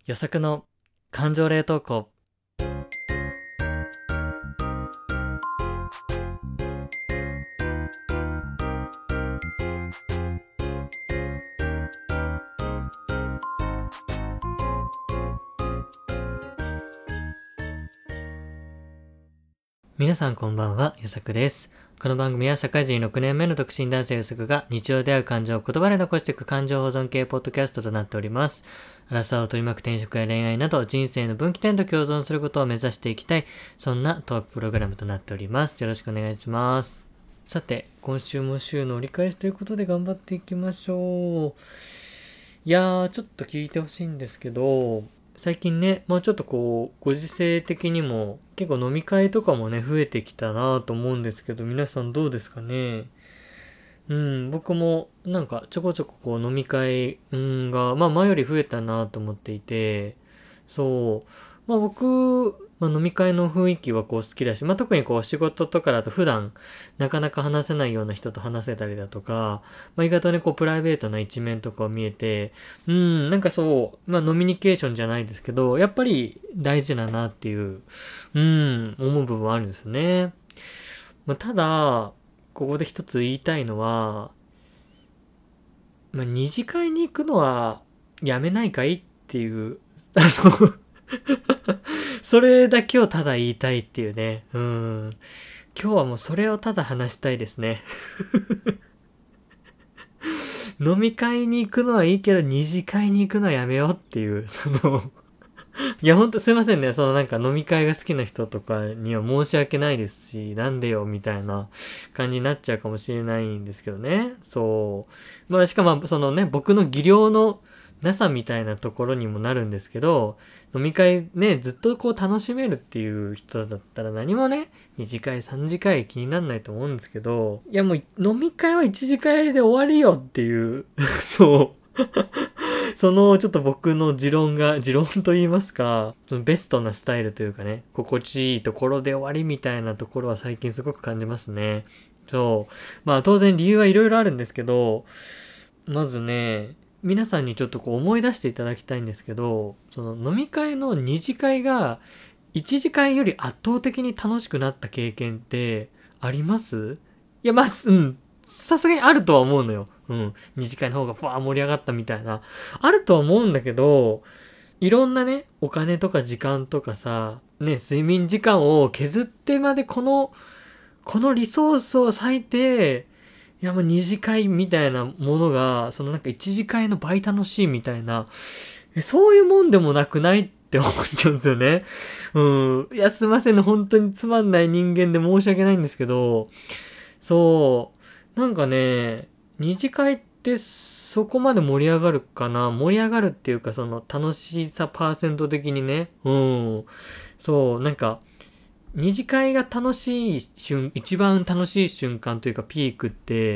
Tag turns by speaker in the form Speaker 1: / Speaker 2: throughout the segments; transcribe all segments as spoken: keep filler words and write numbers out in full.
Speaker 1: 予測の感情冷凍庫。皆さんこんばんは、予測です。この番組は社会人ろくねんめの独身男性予測が日常で会う感情を言葉で残していく感情保存系ポッドキャストとなっております。アラサーを取り巻く転職や恋愛など人生の分岐点と共存することを目指していきたい、そんなトークプログラムとなっております。よろしくお願いします。さて、今週も週の折り返しということで頑張っていきましょう。いやー、ちょっと聞いてほしいんですけど、最近ね、まあちょっとこう、ご時世的にも結構飲み会とかもね、増えてきたなと思うんですけど、皆さんどうですかね。うん、僕もなんかちょこちょここう飲み会、うん、が、まあ前より増えたなと思っていて、そう、まあ僕、まあ飲み会の雰囲気はこう好きだし、まあ特にこう仕事とかだと普段なかなか話せないような人と話せたりだとか、まあ意外とねこうプライベートな一面とかを見えて、うん、なんかそう、まあノミニケーションじゃないですけど、やっぱり大事だなっていう、うん、思う部分はあるんですよね。まあただ、ここで一つ言いたいのは、まあ、二次会に行くのはやめないかいっていう、あのそれだけをただ言いたいっていうね。うん。今日はもうそれをただ話したいですね。飲み会に行くのはいいけど、二次会に行くのはやめようっていう、そのいやほんとすいませんね。そのなんか飲み会が好きな人とかには申し訳ないですし、なんでよみたいな感じになっちゃうかもしれないんですけどね。そう。まあしかもそのね、僕の技量のなさみたいなところにもなるんですけど、飲み会ね、ずっとこう楽しめるっていう人だったら何もね、二次会、三次会気にならないと思うんですけど、いやもう飲み会は一次会で終わりよっていう、そう。そのちょっと僕の持論が、持論と言いますか、そのベストなスタイルというかね、心地いいところで終わりみたいなところは最近すごく感じますね。そう。まあ当然理由はいろいろあるんですけど、まずね、皆さんにちょっとこう思い出していただきたいんですけど、その飲み会の二次会が一次会より圧倒的に楽しくなった経験ってあります？いや、まあ、うん。さすがにあるとは思うのよ。うん。二次会の方がバー盛り上がったみたいな。あるとは思うんだけど、いろんなね、お金とか時間とかさ、ね、睡眠時間を削ってまでこの、このリソースを割いて、いやもう二次会みたいなものが、そのなんか一次会の倍楽しいみたいな、そういうもんでもなくないって思っちゃうんですよね。うん。いや、すいませんね。本当につまんない人間で申し訳ないんですけど、そう。なんかね、二次会ってそこまで盛り上がるかな。盛り上がるっていうか、その楽しさパーセント的にね。うん。そう、なんか、二次会が楽しい瞬、一番楽しい瞬間というかピークって、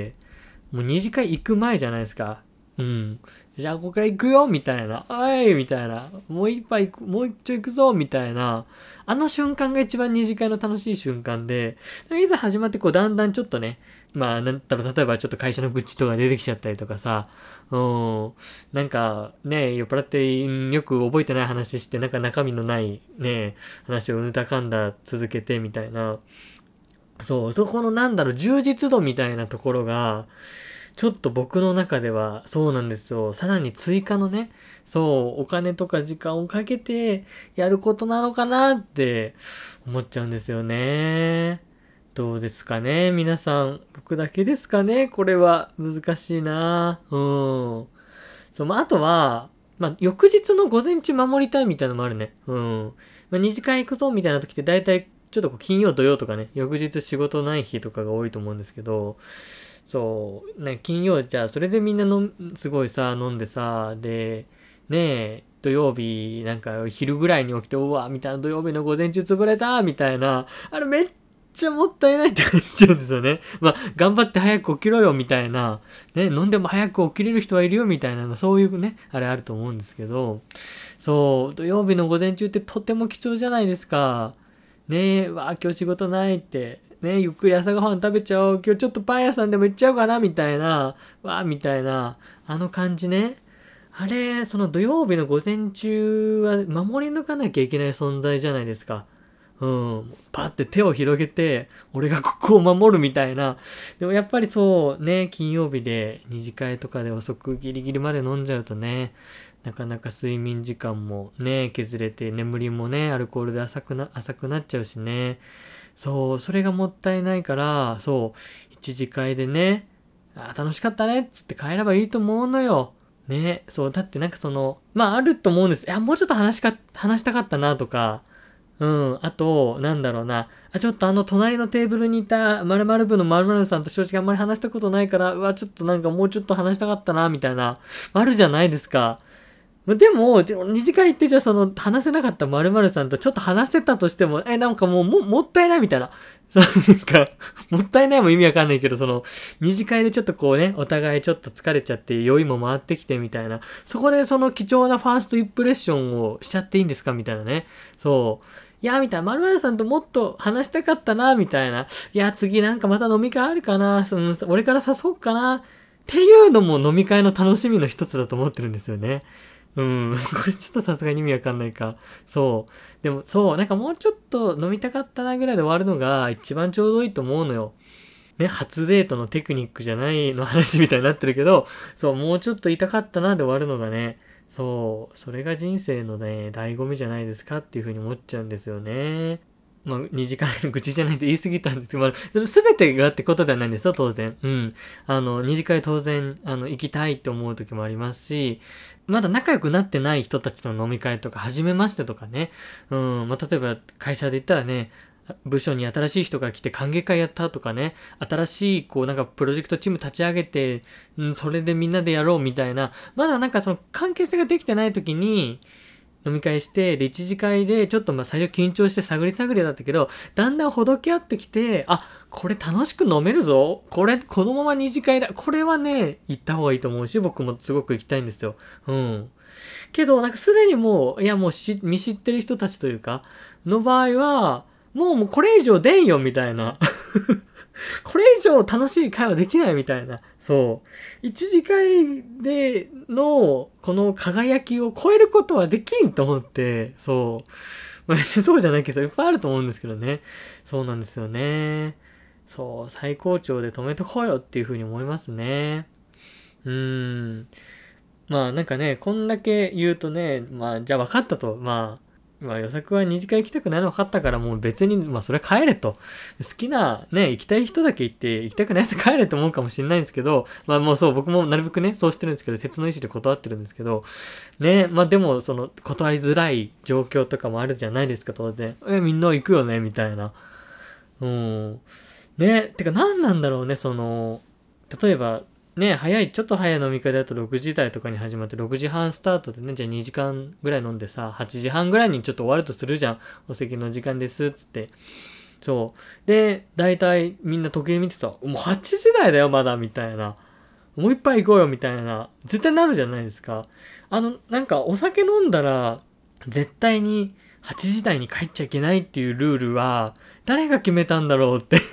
Speaker 1: もう二次会行く前じゃないですか。うん。じゃあここから行くよみたいな。おいみたいな。もう一杯行く、もう一丁行くぞみたいな。あの瞬間が一番二次会の楽しい瞬間で、いざ始まってこうだんだんちょっとね、まあ、なんだろう、例えばちょっと会社の愚痴とか出てきちゃったりとかさ、うん、なんかね、酔っ払ってよく覚えてない話して、なんか中身のないね、話をうぬたかんだ続けてみたいな。そう、そこのなんだろう、充実度みたいなところが、ちょっと僕の中ではそうなんですよ。さらに追加のね、そう、お金とか時間をかけてやることなのかなって思っちゃうんですよね。どうですかね皆さん。僕だけですかねこれは難しいなうん。そう、まあ、あとは、まあ、翌日の午前中守りたいみたいなのもあるね。うん。まあ、二次会行くぞみたいな時って大体ちょっとこう金曜土曜とかね、翌日仕事ない日とかが多いと思うんですけど、そう、ね、金曜じゃあそれでみんなのすごいさ、飲んでさ、で、ねえ、土曜日なんか昼ぐらいに起きて、うわ、みたいな土曜日の午前中潰れたみたいな、あれめっちゃもったいないって感じちゃうんですよね。まあ、頑張って早く起きろよみたいな、ね、飲んでも早く起きれる人はいるよみたいな、そういうね、あれあると思うんですけど、そう、土曜日の午前中ってとても貴重じゃないですか。ねえ、わあ、今日仕事ないって。ねえ、ゆっくり朝ごはん食べちゃおう。今日ちょっとパン屋さんでも行っちゃおうかなみたいな。わあ、みたいな。あの感じね。 あれ、その土曜日の午前中は守り抜かなきゃいけない存在じゃないですか。うん。パって手を広げて、俺がここを守るみたいな。でもやっぱりそうね、金曜日で二次会とかで遅くギリギリまで飲んじゃうとね、なかなか睡眠時間もね、削れて、眠りもね、アルコールで浅くな、浅くなっちゃうしね。そう、それがもったいないから、そう、一次会でね、あー楽しかったねっつって帰ればいいと思うのよ。ね、そう、だってなんかその、まああると思うんです。いや、もうちょっと話しか、話したかったなとか、うん、あと、なんだろうな、あ、ちょっとあの隣のテーブルにいた〇〇部の〇〇さんと正直あんまり話したことないから、うわ、ちょっとなんかもうちょっと話したかったな、みたいな、あるじゃないですか。でも、二次会行ってじゃあその話せなかった〇〇さんとちょっと話せたとしても、え、なんかもうも、もったいないみたいな。そう、なんか、もったいないも意味わかんないけど、その、二次会でちょっとこうね、お互いちょっと疲れちゃって酔いも回ってきてみたいな。そこでその貴重なファーストインプレッションをしちゃっていいんですかみたいなね。そう。いや、みたいな。〇〇さんともっと話したかったな、みたいな。いや、次なんかまた飲み会あるかな、その、俺から誘おうかな。っていうのも飲み会の楽しみの一つだと思ってるんですよね。うん。これちょっとさすがに意味わかんないか。そう。でも、そう。なんかもうちょっと飲みたかったなぐらいで終わるのが一番ちょうどいいと思うのよ。ね、初デートのテクニックじゃないの話みたいになってるけど、そう、もうちょっと痛かったなで終わるのがね、そう、それが人生のね、醍醐味じゃないですかっていうふうに思っちゃうんですよね。まあ、にじかんの愚痴じゃないと言い過ぎたんですけど、まあ、それ全てがってことではないんですよ、当然。うん。あの、二次会当然、あの、行きたいって思う時もありますし、まだ仲良くなってない人たちとの飲み会とか、初めましてとかね。うん。まあ、例えば会社で言ったらね、部署に新しい人が来て歓迎会やったとかね、新しいこうなんかプロジェクトチーム立ち上げて、んそれでみんなでやろうみたいな、まだなんかその関係性ができてない時に飲み会して、で一次会でちょっとまあ最初緊張して探り探りだったけど、だんだんほどけ合ってきて、あ、これ楽しく飲めるぞ、これこのまま二次会だ、これはね、行った方がいいと思うし、僕もすごく行きたいんですよ。うん。けどなんかすでにもう、いやもうし見知ってる人たちというか、の場合は、もうもうこれ以上出んよみたいな。これ以上楽しい会話できないみたいな。そう。一次会でのこの輝きを超えることはできんと思って、そう。まあ、別にそうじゃないけど、いっぱいあると思うんですけどね。そうなんですよね。そう、最高潮で止めとこうよっていうふうに思いますね。うーん。まあなんかね、こんだけ言うとね、まあじゃあ分かったと。まあ、まあ予作は二次会行きたくないの分かったからもう別に、まあそれは帰れと。好きなね、行きたい人だけ行って、行きたくないやつ帰れと思うかもしれないんですけど、まあもうそう、僕もなるべくね、そうしてるんですけど、鉄の意志で断ってるんですけど、ね、まあでもその断りづらい状況とかもあるじゃないですか、当然。え、みんな行くよね、みたいな。うん。ね、てか何なんだろうね、その、例えば、ね、早い、ちょっと早い飲み会だとろくじ台とかに始まってろくじはんスタートでね、じゃあにじかんぐらい飲んでさ、はちじはんぐらいにちょっと終わるとするじゃん。お席の時間です、つって。そう。で、大体みんな時計見てた。もうはちじ台だよ、まだ、みたいな。もう一杯行こうよ、みたいな。絶対なるじゃないですか。あの、なんかお酒飲んだら、絶対にはちじ台に帰っちゃいけないっていうルールは、誰が決めたんだろうって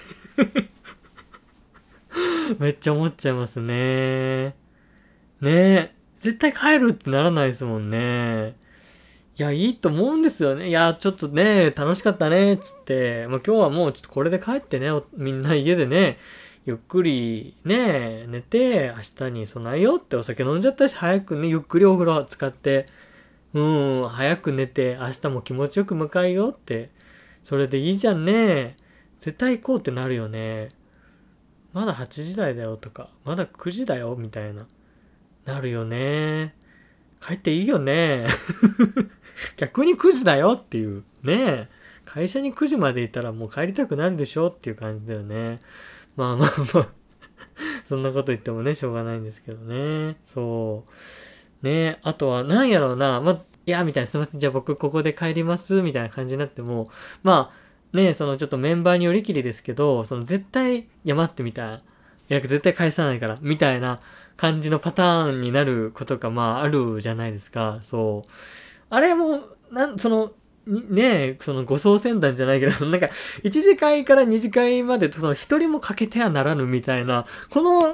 Speaker 1: めっちゃ思っちゃいますね。ねえ。絶対帰るってならないですもんね。いや、いいと思うんですよね。いや、ちょっとね、楽しかったね、つって。まあ、今日はもうちょっとこれで帰ってね、みんな家でね、ゆっくりね、寝て、明日に備えようってお酒飲んじゃったし、早くね、ゆっくりお風呂使って、うん、早く寝て、明日も気持ちよく迎えようって。それでいいじゃんね。絶対行こうってなるよね。まだはちじ台だよとか、まだくじだよみたいな、なるよね。帰っていいよね。逆にくじだよっていう。ね。会社にくじまでいたらもう帰りたくなるでしょっていう感じだよね。まあまあまあ。そんなこと言ってもね、しょうがないんですけどね。そう。ね。あとは、なんやろうな。まあ、いや、みたいな、すいません。じゃあ僕ここで帰ります。みたいな感じになっても、まあ、ね、そのちょっとメンバーによりきりですけど、その絶対、いや待ってみたいな。いや、絶対返さないから、みたいな感じのパターンになることが、まあ、あるじゃないですか。そう。あれも、なん、その、ねえ、その護送船団じゃないけど、なんか、いち次会からに次会まで、その一人も欠けてはならぬみたいな、この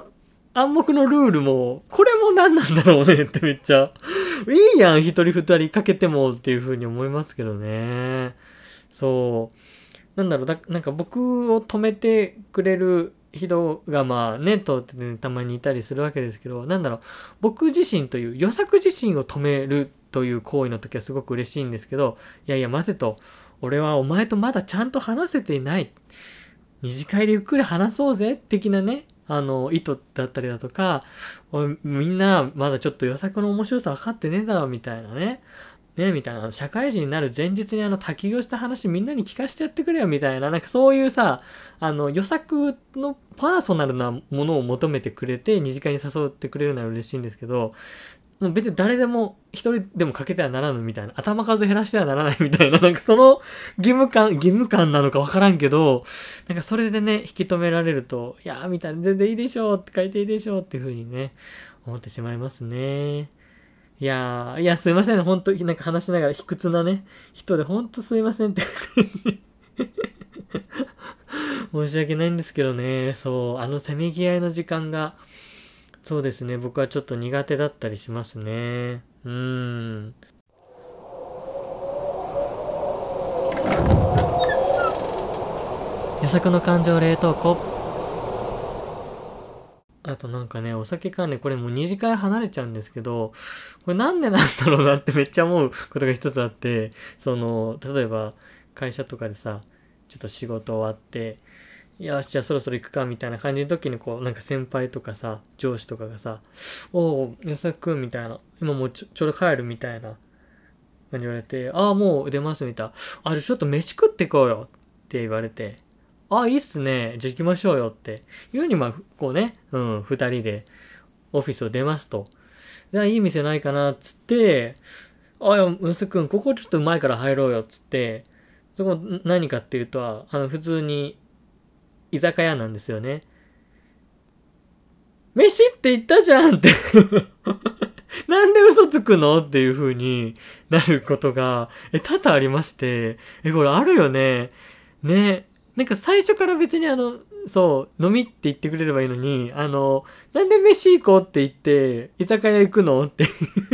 Speaker 1: 暗黙のルールも、これも何なんだろうねってめっちゃ、いいやん、一人二人かけてもっていう風に思いますけどね。そう。なんだろう、だ、なんか僕を止めてくれる人がまあね、通ってね、たまにいたりするわけですけど、なんだろう、僕自身という、予作自身を止めるという行為の時はすごく嬉しいんですけど、いやいや待てと、俺はお前とまだちゃんと話せていない。二次会でゆっくり話そうぜ、的なね、あの、意図だったりだとか、みんなまだちょっと予作の面白さ分かってねえだろ、みたいなね。ね、みたいな、社会人になる前日にあの、滝行した話みんなに聞かせてやってくれよ、みたいな、なんかそういうさ、あの、予作のパーソナルなものを求めてくれて、二次会に誘ってくれるなら嬉しいんですけど、もう別に誰でも一人でもかけてはならぬみたいな、頭数減らしてはならないみたいな、なんかその義務感、義務感なのかわからんけど、なんかそれでね、引き止められると、いやーみたいな、全然いいでしょうって書いていいでしょうっていう風にね、思ってしまいますね。いやー、いや、すいません。本当になんか話しながら卑屈なね、人で本当すいませんって感じ。申し訳ないんですけどね、そう、あのせめぎ合いの時間が、そうですね、僕はちょっと苦手だったりしますね。うーん。予測の感情冷凍庫。あとなんかね、お酒関連、これもう二次会離れちゃうんですけど、これなんでなんだろうなってめっちゃ思うことが一つあって、その、例えば会社とかでさ、ちょっと仕事終わって、よし、じゃあそろそろ行くかみたいな感じの時にこう、なんか先輩とかさ、上司とかがさ、おう、安田くんみたいな、今もうちょ、ちょうど帰るみたいな感じ言われて、ああ、もう出ますみたいな。あ、じゃあちょっと飯食ってこうよって言われて、あ、いいっすね。じゃあ行きましょうよって。いうに、まあ、こうね、うん、二人でオフィスを出ますと。じゃあいい店ないかなっつって、あ、いや、むすくん、ここちょっとうまいから入ろうよっつって、そこ何かっていうと、あの、普通に居酒屋なんですよね。飯って言ったじゃんってなんで嘘つくのっていう風になることが、え、多々ありまして、え、これあるよね。ね。なんか最初から別にあの、そう、飲みって言ってくれればいいのに、あの、なんで飯行こうって言って、居酒屋行くのって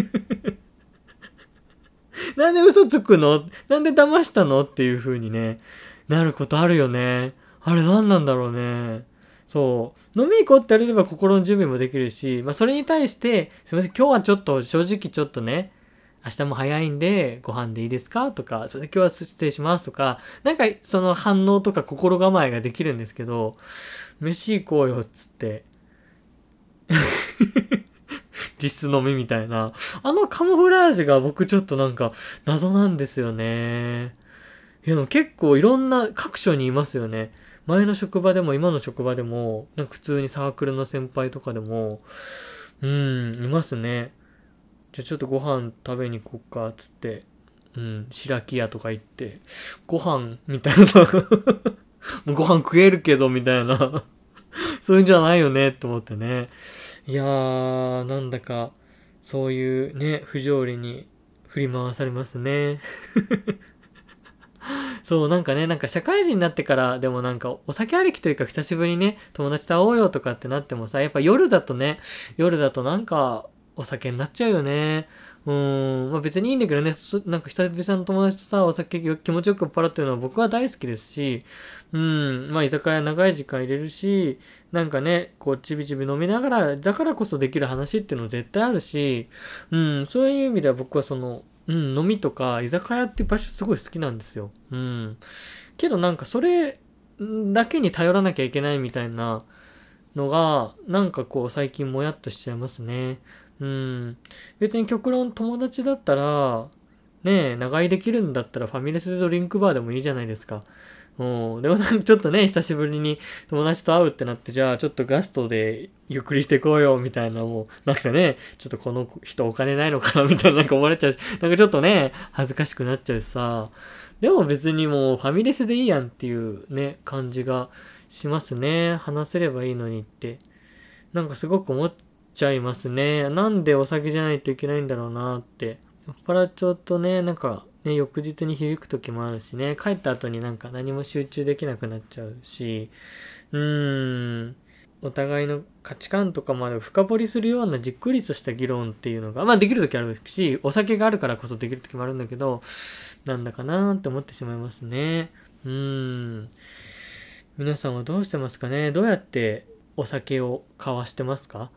Speaker 1: なんで嘘つくのなんで騙したのっていう風にね、なることあるよね。あれ何なんだろうね。そう。飲み行こうって言われれば心の準備もできるし、まあそれに対して、すいません、今日はちょっと正直ちょっとね、明日も早いんでご飯でいいですかとか、それで今日は失礼しますとか、なんかその反応とか心構えができるんですけど、飯行こうよっつって、実質飲みみたいな、あのカモフラージュが僕ちょっとなんか謎なんですよね。いや、でも結構いろんな各所にいますよね。前の職場でも今の職場でも、なんか普通にサークルの先輩とかでも、うん、いますね。じゃあちょっとご飯食べに行こっか、つって、うん、白木屋とか行って、ご飯みたいなもうご飯食えるけど、みたいなそういうんじゃないよね、って思ってね。いやー、なんだか、そういうね、不条理に振り回されますね。そう、なんかね、なんか社会人になってから、でもなんかお酒ありきというか久しぶりにね、友達と会おうよとかってなってもさ、やっぱ夜だとね、夜だとなんかお酒になっちゃうよね。うーん、まあ別にいいんだけどね、なんか久々の友達とさ、お酒気持ちよく酔っ払ってるのは僕は大好きですし、うん、まあ居酒屋長い時間入れるし、なんかね、こうちびちび飲みながら、だからこそできる話っていうの絶対あるし、うん、そういう意味では僕はその、うん、飲みとか居酒屋っていう場所すごい好きなんですよ。うん。けどなんかそれだけに頼らなきゃいけないみたいなのが、なんかこう最近もやっとしちゃいますね。うん。別に極論友達だったら、ねえ、長居できるんだったらファミレスでドリンクバーでもいいじゃないですか。うん。でもなんかちょっとね、久しぶりに友達と会うってなって、じゃあちょっとガストでゆっくりしてこうよ、みたいなもう、なんかね、ちょっとこの人お金ないのかな、みたいななんか思われちゃうし、なんかちょっとね、恥ずかしくなっちゃうしさ、でも別にもうファミレスでいいやんっていうね、感じがしますね。話せればいいのにって。なんかすごく思っちゃいますね。なんでお酒じゃないといけないんだろうなって。酔っ払っちゃうとね、なんかね、翌日に響く時もあるしね、帰った後になんか何も集中できなくなっちゃうし、うーん、 お互いの価値観とかまで深掘りするようなじっくりとした議論っていうのが、まあできる時あるし、お酒があるからこそできる時もあるんだけど、なんだかなーって思ってしまいますね。うーん。皆さんはどうしてますかね？どうやってお酒を交わしてますか？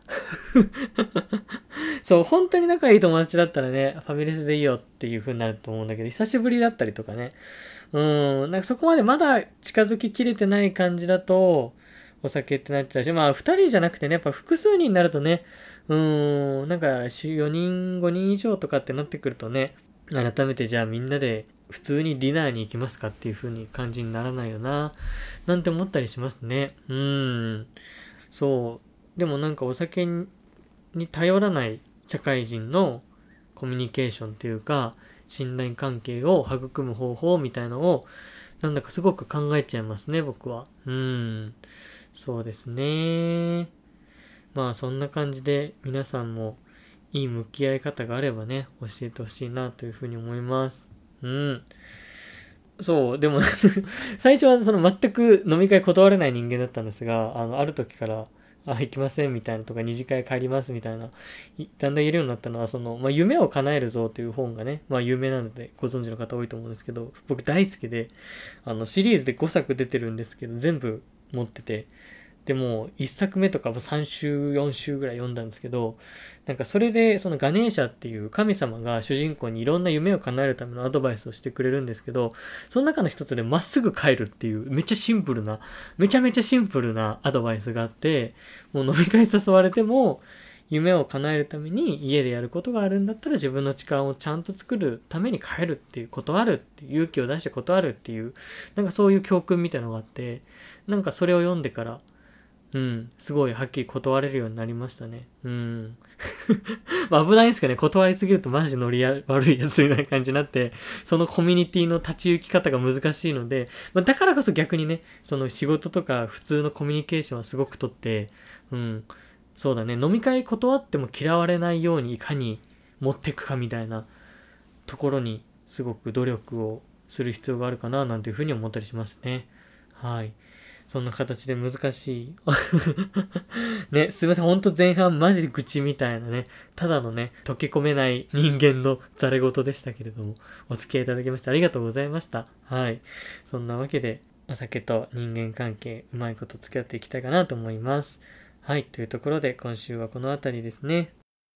Speaker 1: そう、本当に仲いい友達だったらね、ファミレスでいいよっていう風になると思うんだけど、久しぶりだったりとかね。うーん、なんかそこまでまだ近づききれてない感じだと、お酒ってなっちゃうし、まあ二人じゃなくてね、やっぱ複数人になるとね、うーん、なんかよにん、ごにん以上とかってなってくるとね、改めてじゃあみんなで普通にディナーに行きますかっていう風に感じにならないよな、なんて思ったりしますね。うーん。そう。でもなんかお酒に頼らない社会人のコミュニケーションっていうか、信頼関係を育む方法みたいのを、なんだかすごく考えちゃいますね、僕は。うーん。そうですね。まあそんな感じで皆さんもいい向き合い方があればね、教えてほしいなというふうに思います。うん。そう、でも最初はその全く飲み会断れない人間だったんですが、あの、ある時から、あ、行きませんみたいなとか、二次会帰りますみたいな、だんだん言えるようになったのは、その、まあ、夢を叶えるぞという本がね、まあ、有名なのでご存知の方多いと思うんですけど、僕大好きで、あの、シリーズでごさく出てるんですけど、全部持ってて、でも、いっさくめとかもさん週、よん週ぐらい読んだんですけど、なんかそれで、そのガネーシャっていう神様が主人公にいろんな夢を叶えるためのアドバイスをしてくれるんですけど、その中の一つでまっすぐ帰るっていう、めっちゃシンプルな、めちゃめちゃシンプルなアドバイスがあって、もう飲み会誘われても、夢を叶えるために家でやることがあるんだったら自分の時間をちゃんと作るために帰るっていう、断るっていう、勇気を出して断るっていう、なんかそういう教訓みたいなのがあって、なんかそれを読んでから、うん。すごいはっきり断れるようになりましたね。うん。まあ危ないんですかね。断りすぎるとマジノリや悪いやつみたいな感じになって、そのコミュニティの立ち行き方が難しいので、まあ、だからこそ逆にね、その仕事とか普通のコミュニケーションはすごくとって、うん。そうだね。飲み会断っても嫌われないようにいかに持っていくかみたいなところにすごく努力をする必要があるかななんていうふうに思ったりしますね。はい。そんな形で難しい。ね、すいません。ほんと前半マジで愚痴みたいなね、ただのね、溶け込めない人間のざれ言でしたけれども、お付き合いいただきましてありがとうございました。はい。そんなわけで、お酒と人間関係、うまいこと付き合っていきたいかなと思います。はい。というところで、今週はこの辺りですね。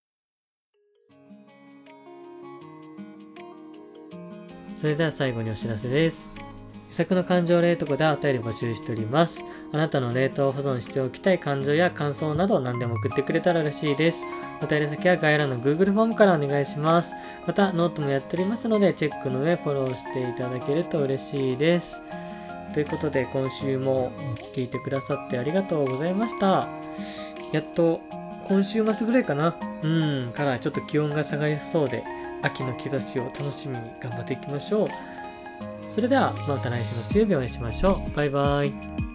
Speaker 1: それでは最後にお知らせです。自作の感情冷凍庫ではお便り募集しております。あなたの冷凍保存しておきたい感情や感想など何でも送ってくれたら嬉しいです。お便り先は概要欄の Google フォームからお願いします。またノートもやっておりますのでチェックの上フォローしていただけると嬉しいです。ということで今週も聞いてくださってありがとうございました。やっと今週末ぐらいかなうんからちょっと気温が下がりそうで秋の兆しを楽しみに頑張っていきましょう。それではまた来週の水曜日お会いしましょう。バイバイ。